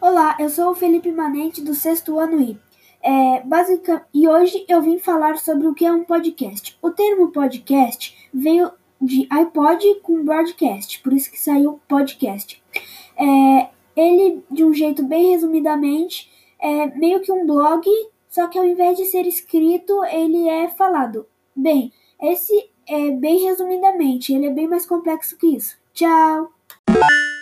Olá, eu sou o Felipe Manente, do sexto ano I. E hoje eu vim falar sobre o que é um podcast. O termo podcast veio de iPod com broadcast, por isso que saiu podcast. Ele, de um jeito bem resumidamente, é meio que um blog, só que ao invés de ser escrito, ele é falado. Bem, esse é bem resumidamente, ele é bem mais complexo que isso. Tchau!